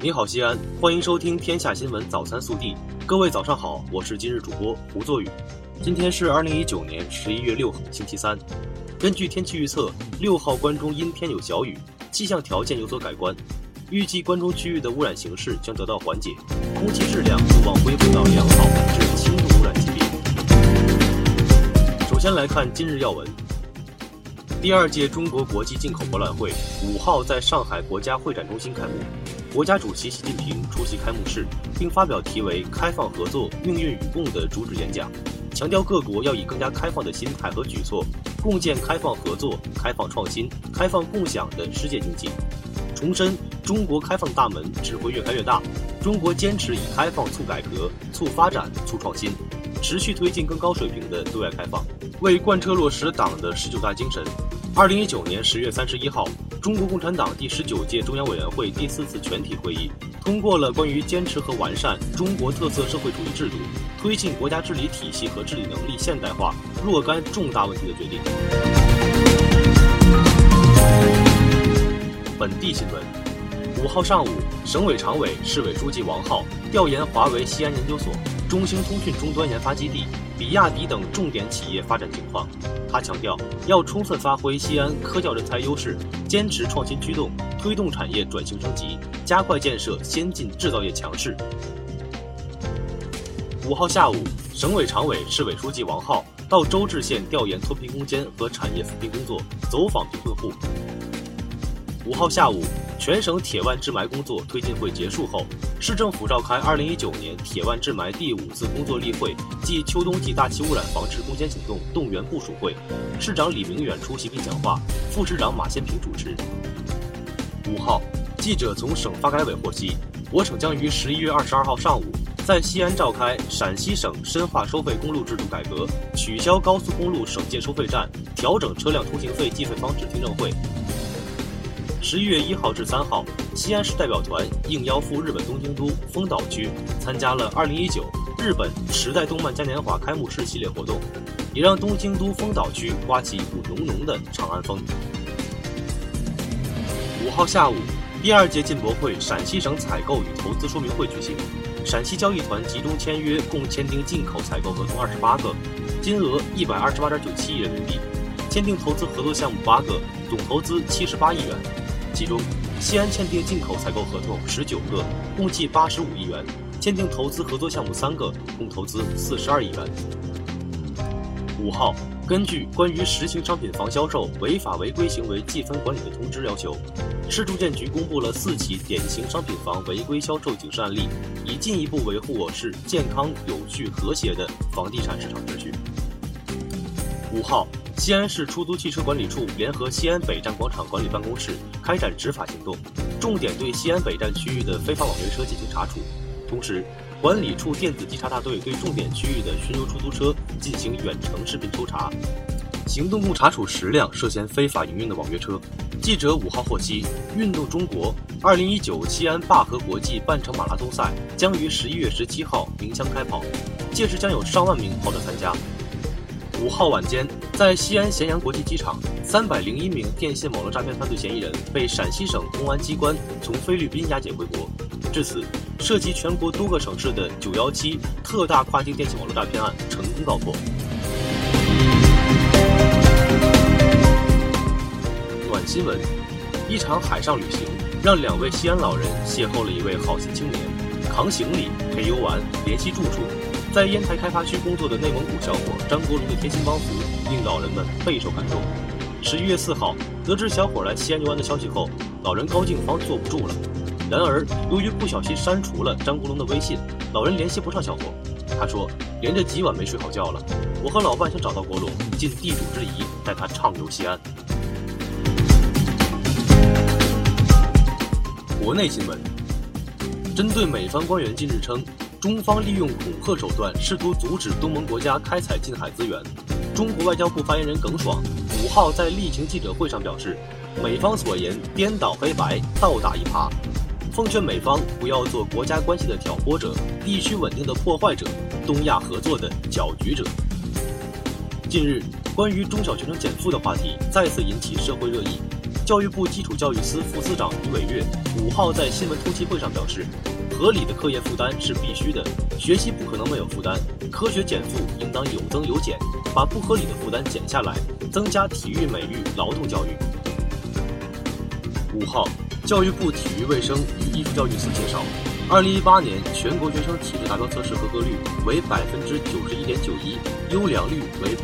你好，西安，欢迎收听天下新闻早餐速递。各位早上好，我是今日主播胡作宇。今天是2019年11月6号，星期三。根据天气预测，6号关中阴天有小雨，气象条件有所改观，预计关中区域的污染形势将得到缓解，空气质量有望恢复到良好至轻度污染级别。首先来看今日要闻。第二届中国国际进口博览会5号在上海国家会展中心开幕，国家主席习近平出席开幕式，并发表题为"开放合作，命运与共"的主旨演讲，强调各国要以更加开放的心态和举措，共建开放合作、开放创新、开放共享的世界经济。重申中国开放大门只会越开越大，中国坚持以开放促改革、促发展、促创新，持续推进更高水平的对外开放，为贯彻落实党的19大精神。2019年10月31号，中国共产党第19届中央委员会第4次全体会议通过了关于坚持和完善中国特色社会主义制度，推进国家治理体系和治理能力现代化若干重大问题的决定。本地新闻：5号上午，省委常委、市委书记王浩调研华为西安研究所、中兴通讯终端研发基地、比亚迪等重点企业发展情况。他强调，要充分发挥西安科教人才优势，坚持创新驱动，推动产业转型升级，加快建设先进制造业强市。5号下午，省委常委、市委书记王浩到周至县调研脱贫攻坚和产业扶贫工作，走访贫困户。5号下午，全省铁腕治霾工作推进会结束后，市政府召开2019年铁腕治霾第5次工作例会暨秋冬季大气污染防治攻坚行动动员部署会，市长李明远出席并讲话，副市长马先平主持。5号，记者从省发改委获悉，我省将于11月22号上午在西安召开陕西省深化收费公路制度改革、取消高速公路省界收费站、调整车辆通行费计费方式听证会。11月1号至3号，西安市代表团应邀赴日本东京都丰岛区参加了2019日本时代动漫嘉年华开幕式系列活动，也让东京都丰岛区刮起一股浓浓的长安风。5号下午，第2届进博会陕西省采购与投资说明会举行，陕西交易团集中签约，共签订进口采购合同28个，金额128.97亿人民币，签订投资合作项目8个，总投资78亿元。其中，西安签订进口采购合同19个，共计85亿元，签订投资合作项目3个，共投资42亿元。5号，根据关于实行商品房销售违法违规行为记分管理的通知要求，市住建局公布了4起典型商品房违规销售警示案例，以进一步维护我市健康、有序、和谐的房地产市场秩序。5号，西安市出租汽车管理处联合西安北站广场管理办公室开展执法行动，重点对西安北站区域的非法网约车进行查处。同时，管理处电子稽查大队对重点区域的巡游出租车进行远程视频抽查，行动共查处10辆涉嫌非法营运的网约车。记者5号获悉，运动中国2019西安灞河国际半程马拉松赛将于11月17号鸣枪开跑，届时将有上万名跑者参加。5号晚间，在西安咸阳国际机场，301名电信网络诈骗犯罪嫌疑人被陕西省公安机关从菲律宾押解回国。至此，涉及全国多个省市的917特大跨境电信网络诈骗案成功告破。暖新闻：一场海上旅行让2位西安老人邂逅了一位好心青年，扛行李、陪游玩、联系住处。在烟台开发区工作的内蒙古小伙张国荣的贴心帮扶令老人们备受感动。11月4号，得知小伙来西安游玩的消息后，老人高静芳坐不住了。然而，由于不小心删除了张国荣的微信，老人联系不上小伙。他说，连着几晚没睡好觉了。我和老伴想找到国荣，尽地主之谊，带他畅游西安。国内新闻：针对美方官员近日称中方利用恐吓手段试图阻止东盟国家开采近海资源，中国外交部发言人耿爽5号在例行记者会上表示，美方所言颠倒黑白，倒打一耙，奉劝美方不要做国家关系的挑拨者、地区稳定的破坏者、东亚合作的搅局者。近日，关于中小学生减负的话题再次引起社会热议。 教育部基础教育司副司长于伟月5号在新闻通气会上表示，合理的课业负担是必须的，学习不可能没有负担，科学减负应当有增有减，把不合理的负担减下来，增加体育、美育、劳动教育。5号，教育部体育卫生与艺术教育司介绍，2018年全国学生体质达标测试合格率为91.91%，优良率为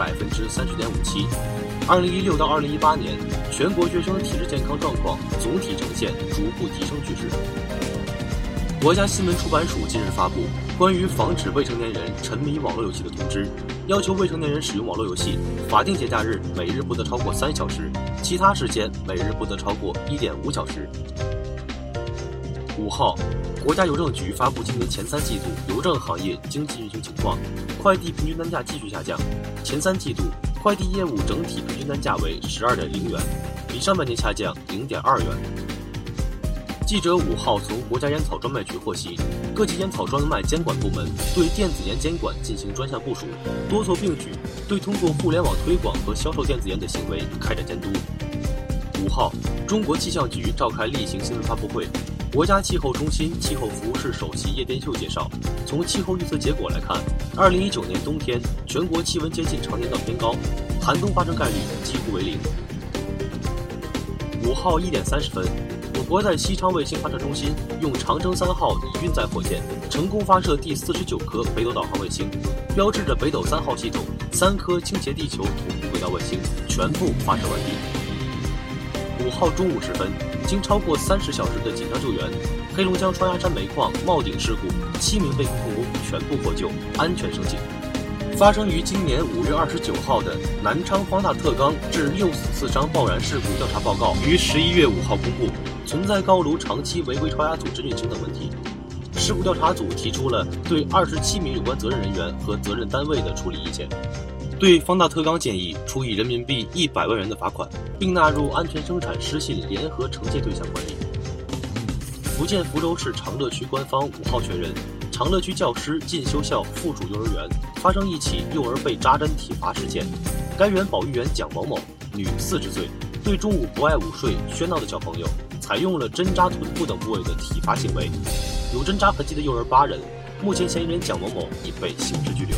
30.57%。2016到2018年，全国学生体质健康状况总体呈现逐步提升趋势。国家新闻出版署近日发布关于防止未成年人沉迷网络游戏的通知，要求未成年人使用网络游戏，法定节假日每日不得超过3小时，其他时间每日不得超过1.5小时。5号，国家邮政局发布今年前3季度邮政行业经济运行情况，快递平均单价继续下降，前3季度快递业务整体平均单价为12.0元，比上半年下降0.2元。记者5号从国家烟草专卖局获悉，各级烟草专卖监管部门对电子烟监管进行专项部署，多措并举，对通过互联网推广和销售电子烟的行为开展监督。5号，中国气象局召开例行新闻发布会，国家气候中心气候服务室首席叶滇秀介绍，从气候预测结果来看，2019年冬天全国气温接近常年到偏高，寒冬发生概率几乎为0。5号1点30分，我国在西昌卫星发射中心用长征3号乙运载火箭成功发射第49颗北斗导航卫星，标志着北斗3号系统3颗倾斜地球同步轨道卫星全部发射完毕。5号中午时分，经超过30小时的紧张救援，黑龙江双鸭山煤矿冒顶事故7名被控工全部获救，安全升井。发生于今年5月29号的南昌方大特钢致6死4伤爆燃事故调查报告于11月5号公布，存在高炉长期违规超压组织运行等问题。事故调查组提出了对27名有关责任人员和责任单位的处理意见，对方大特钢建议处以人民币100万元的罚款，并纳入安全生产失信联合惩戒对象管理。福建福州市长乐区官方5号确认，长乐区教师进修校附属幼儿园发生一起幼儿被扎针体罚事件，该园保育员蒋某某，女，40岁，对中午不爱午睡喧闹的小朋友采用了针扎臀部等部位的体罚行为，有针扎痕迹的幼儿8人，目前嫌疑人蒋某某已被刑事拘留。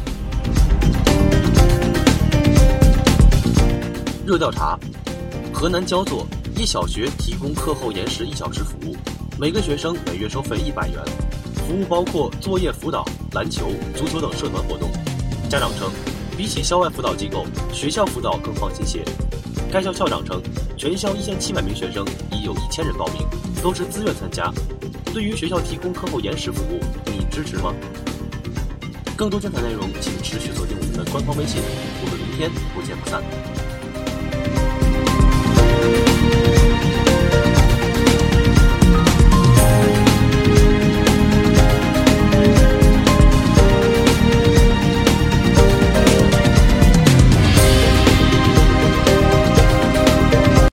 热调查，河南焦作一小学提供课后延时1小时服务，每个学生每月收费100元，服务包括作业辅导、篮球、足球等社团活动。家长称，比起校外辅导机构，学校辅导更放心些。该校校长称，全校1700名学生已有1000人报名，都是自愿参加。对于学校提供课后延时服务，你支持吗？更多精彩内容，请持续锁定我们的官方微信，我们明天不见不散。